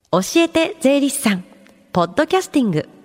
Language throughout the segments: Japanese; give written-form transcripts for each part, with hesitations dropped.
教えて税理士さんポッドキャスティング。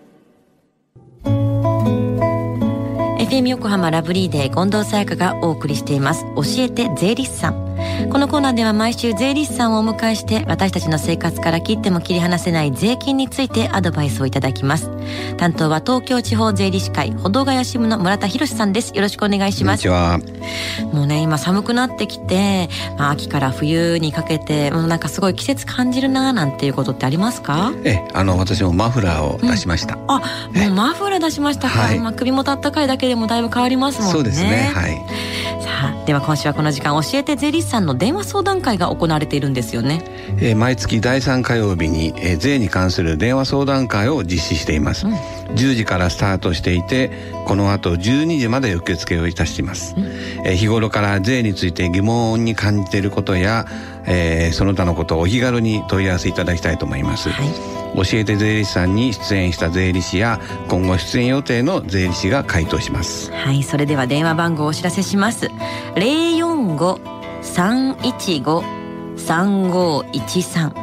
FM 横浜ラブリーデー近藤沙耶香がお送りしています教えて税理士さん。このコーナーでは毎週税理士さんをお迎えして私たちの生活から切っても切り離せない税金についてアドバイスをいただきます。担当は東京地方税理士会保土ヶ谷支部の村田博さんです。よろしくお願いします。 こんにちは。 もうね今寒くなってきて、秋から冬にかけてもうなんかすごい季節感じるななんていうことってありますか？ 私もマフラーを出しました。 もうマフラー出しましたか。 はい。 首元あったかいだけでもだいぶ変わりますもんね。 そうですね。はい。 さあでは今週はこの時間教えて税理士さんの電話相談会が行われているんですよね。 毎月第3火曜日に、税に関する電話相談会を実施しています。10時からスタートしていてこの後12時まで受付をいたしています。日頃から税について疑問に感じていることや、その他のことをお気軽に問い合わせいただきたいと思います。はい。教えて税理士さんに出演した税理士や今後出演予定の税理士が回答します。 はい、それでは電話番号をお知らせします。045-315-3513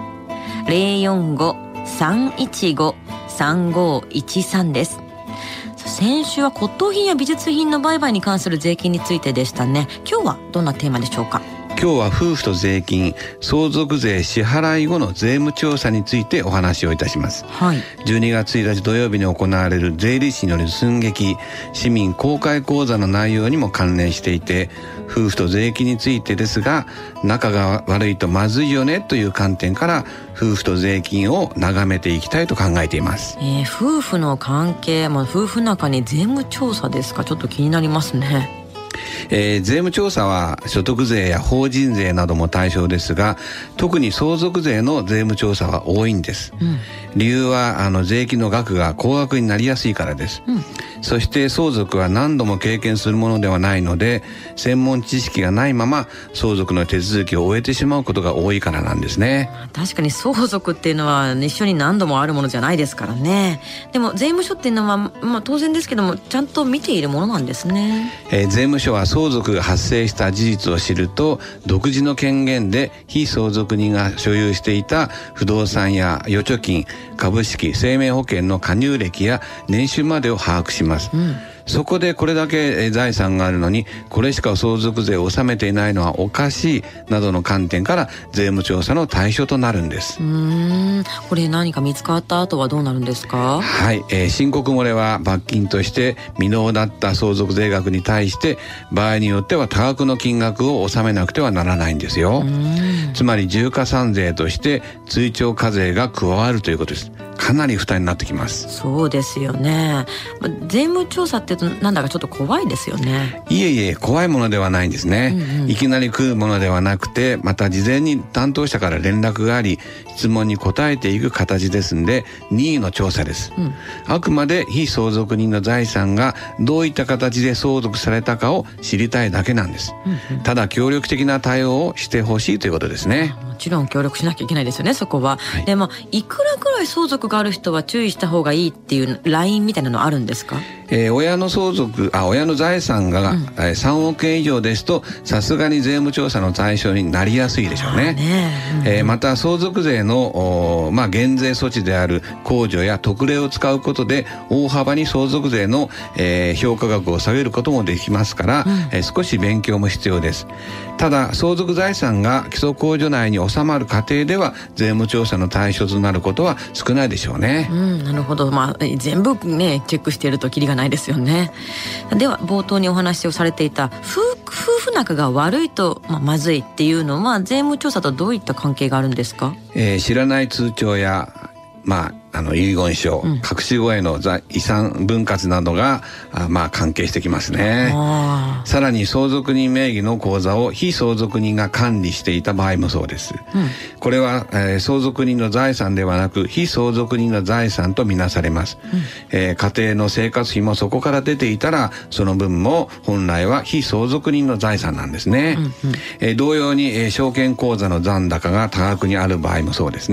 045-315-3513です。先週は骨董品や美術品の売買に関する税金についてでしたね。今日はどんなテーマでしょうか？ 今日は夫婦と税金、相続税支払い後の税務調査についてお話をいたします。 はい。 12月1日土曜日に行われる税理士による寸劇市民公開講座の内容にも関連していて、夫婦と税金についてですが、仲が悪いとまずいよねという観点から夫婦と税金を眺めていきたいと考えています。 夫婦の関係、夫婦仲に税務調査ですか。ちょっと気になりますね。 税務調査は所得税や法人税なども対象ですが、特に相続税の税務調査は多いんです。理由は税金の額が高額になりやすいからです。そして相続は何度も経験するものではないので、専門知識がないまま相続の手続きを終えてしまうことが多いからなんですね。 確かに相続っていうのは一緒に何度もあるものじゃないですからね。でも税務署っていうのは、当然ですけどもちゃんと見ているものなんですね。 税務署は相続が発生した事実を知ると、独自の権限で被相続人が所有していた不動産や預貯金、株式、生命保険の加入歴や年収までを把握します。そこでこれだけ財産があるのにこれしか相続税を納めていないのはおかしいなどの観点から税務調査の対象となるんです。 これ何か見つかった後はどうなるんですか？ はい、申告漏れは罰金として未納だった相続税額に対して場合によっては多額の金額を納めなくてはならないんですよ。つまり重加算税として追徴課税が加わるということです。かなり負担になってきます。 そうですよね。税務調査って言うとなんだかちょっと怖いですよね。 いえ怖いものではないんですね。いきなり来るものではなくて、また事前に担当者から連絡があり質問に答えていく形ですんで、任意の調査です。あくまで被相続人の財産がどういった形で相続されたかを知りたいだけなんです。ただ協力的な対応をしてほしいということですね。 もちろん協力しなきゃいけないですよね、そこは。でもいくらくらい相続がある人は注意した方がいいっていうラインみたいなのあるんですか？ 親の財産が3億円以上ですとさすがに税務調査の対象になりやすいでしょうね。また相続税の減税措置である控除や特例を使うことで大幅に相続税の評価額を下げることもできますから、少し勉強も必要です。ただ相続財産が基礎控除内に収まる過程では税務調査の対象となることは少ないでしょうね。 なるほど。全部ねチェックしているとキリがないですよね。では冒頭にお話をされていた夫婦仲が悪いと、まずいっていうのは税務調査とどういった関係があるんですか？ 知らない通帳や遺言書、隠し子への遺産分割などが関係してきますね。さらに相続人名義の口座を非相続人が管理していた場合もそうです。これは、相続人の財産ではなく非相続人の財産とみなされます。家庭の生活費もそこから出ていたらその分も本来は非相続人の財産なんですね。同様に、証券口座の残高が多額にある場合もそうですね。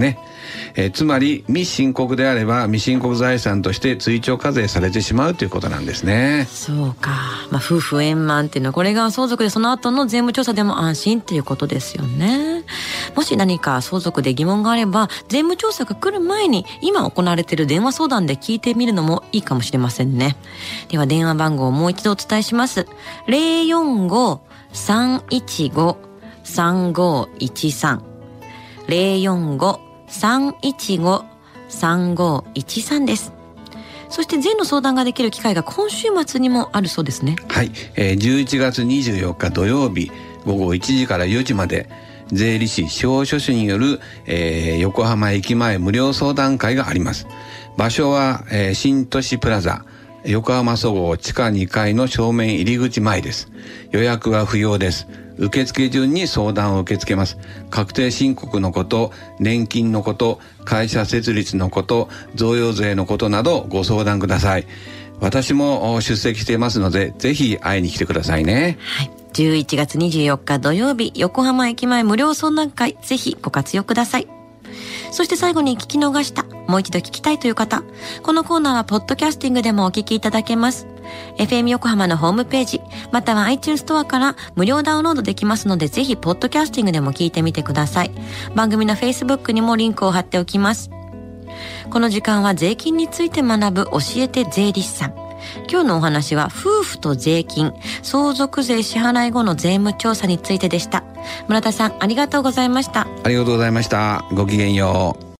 つまり未申告であれば未申告財産として追徴課税されてしまうということなんですね。 そうか、夫婦円満っていうのはこれが相続でその後の税務調査でも安心っていうことですよね。もし何か相続で疑問があれば税務調査が来る前に今行われている電話相談で聞いてみるのもいいかもしれませんね。では電話番号をもう一度お伝えします。 045-315-3513 045-315-3513 です。そして税の相談ができる機会が今週末にもあるそうですね。 はい、11月24日土曜日午後1時から4時まで税理士司法書士による、横浜駅前無料相談会があります。場所は、新都市プラザ横浜そごう地下2階の正面入り口前です。予約は不要です。受付順に相談を受け付けます。確定申告のこと、年金のこと、会社設立のこと、贈与税のことなどご相談ください。私も出席していますのでぜひ会いに来てくださいね。 はい、11月24日土曜日横浜駅前無料相談会、ぜひご活用ください。そして最後に聞き逃した、もう一度聞きたいという方、このコーナーはポッドキャスティングでもお聞きいただけます。FM 横浜のホームページまたは iTunes ストアから無料ダウンロードできますので、ぜひポッドキャスティングでも聞いてみてください。番組の Facebook にもリンクを貼っておきます。この時間は税金について学ぶ教えて税理士さん。今日のお話は夫婦と税金、相続税支払い後の税務調査についてでした。村田さん、ありがとうございました。 ありがとうございました。ごきげんよう。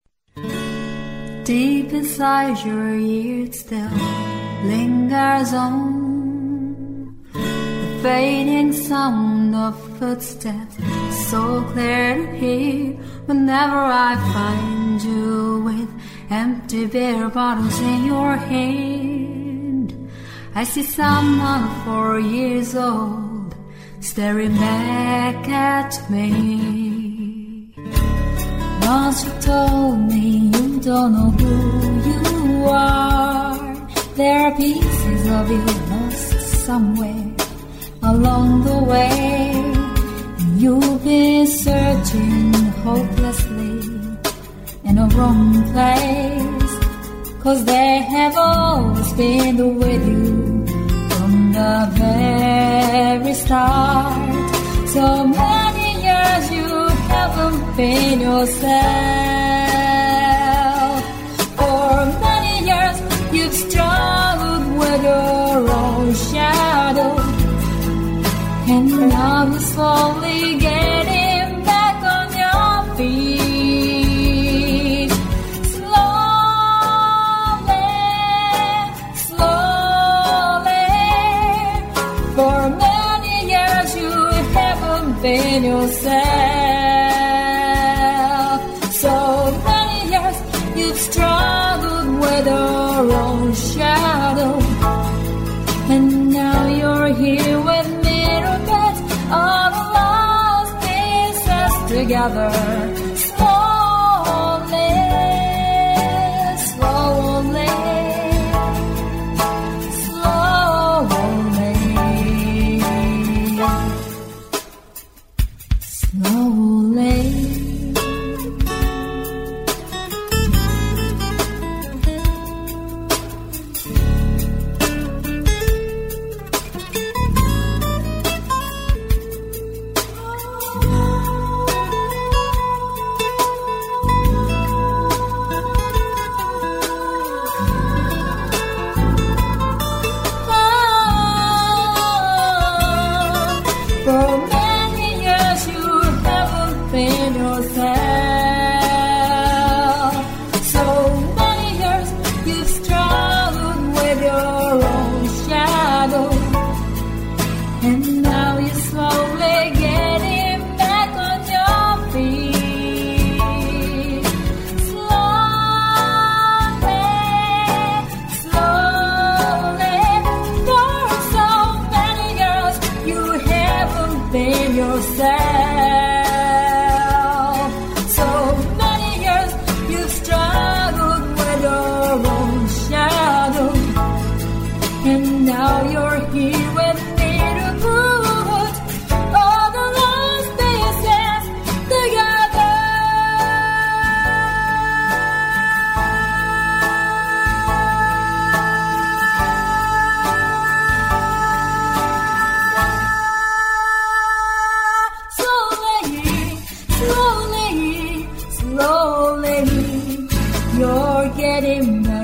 Deep inside your ears still lingers on the fading sound of footsteps, so clear to hear whenever I find you with empty beer bottles in your hand. I see someone 4 years old staring back at me. Once you told me you don't know who you are. There are pieces of you lost somewhere along the way. You've been searching hopelessly in a wrong place, 'cause they have always been with you from the very start. So many years you haven't been yourself. For many years you've struggled with your own shadow, and now you're slowly getting back on your feet. Slowly, slowly. For many years you haven't been yourself. So many years you've struggled with your own shadow, and now you're here with mirror beds of lost pieces together. Slowly, slowly, slowly, slowly. getting back.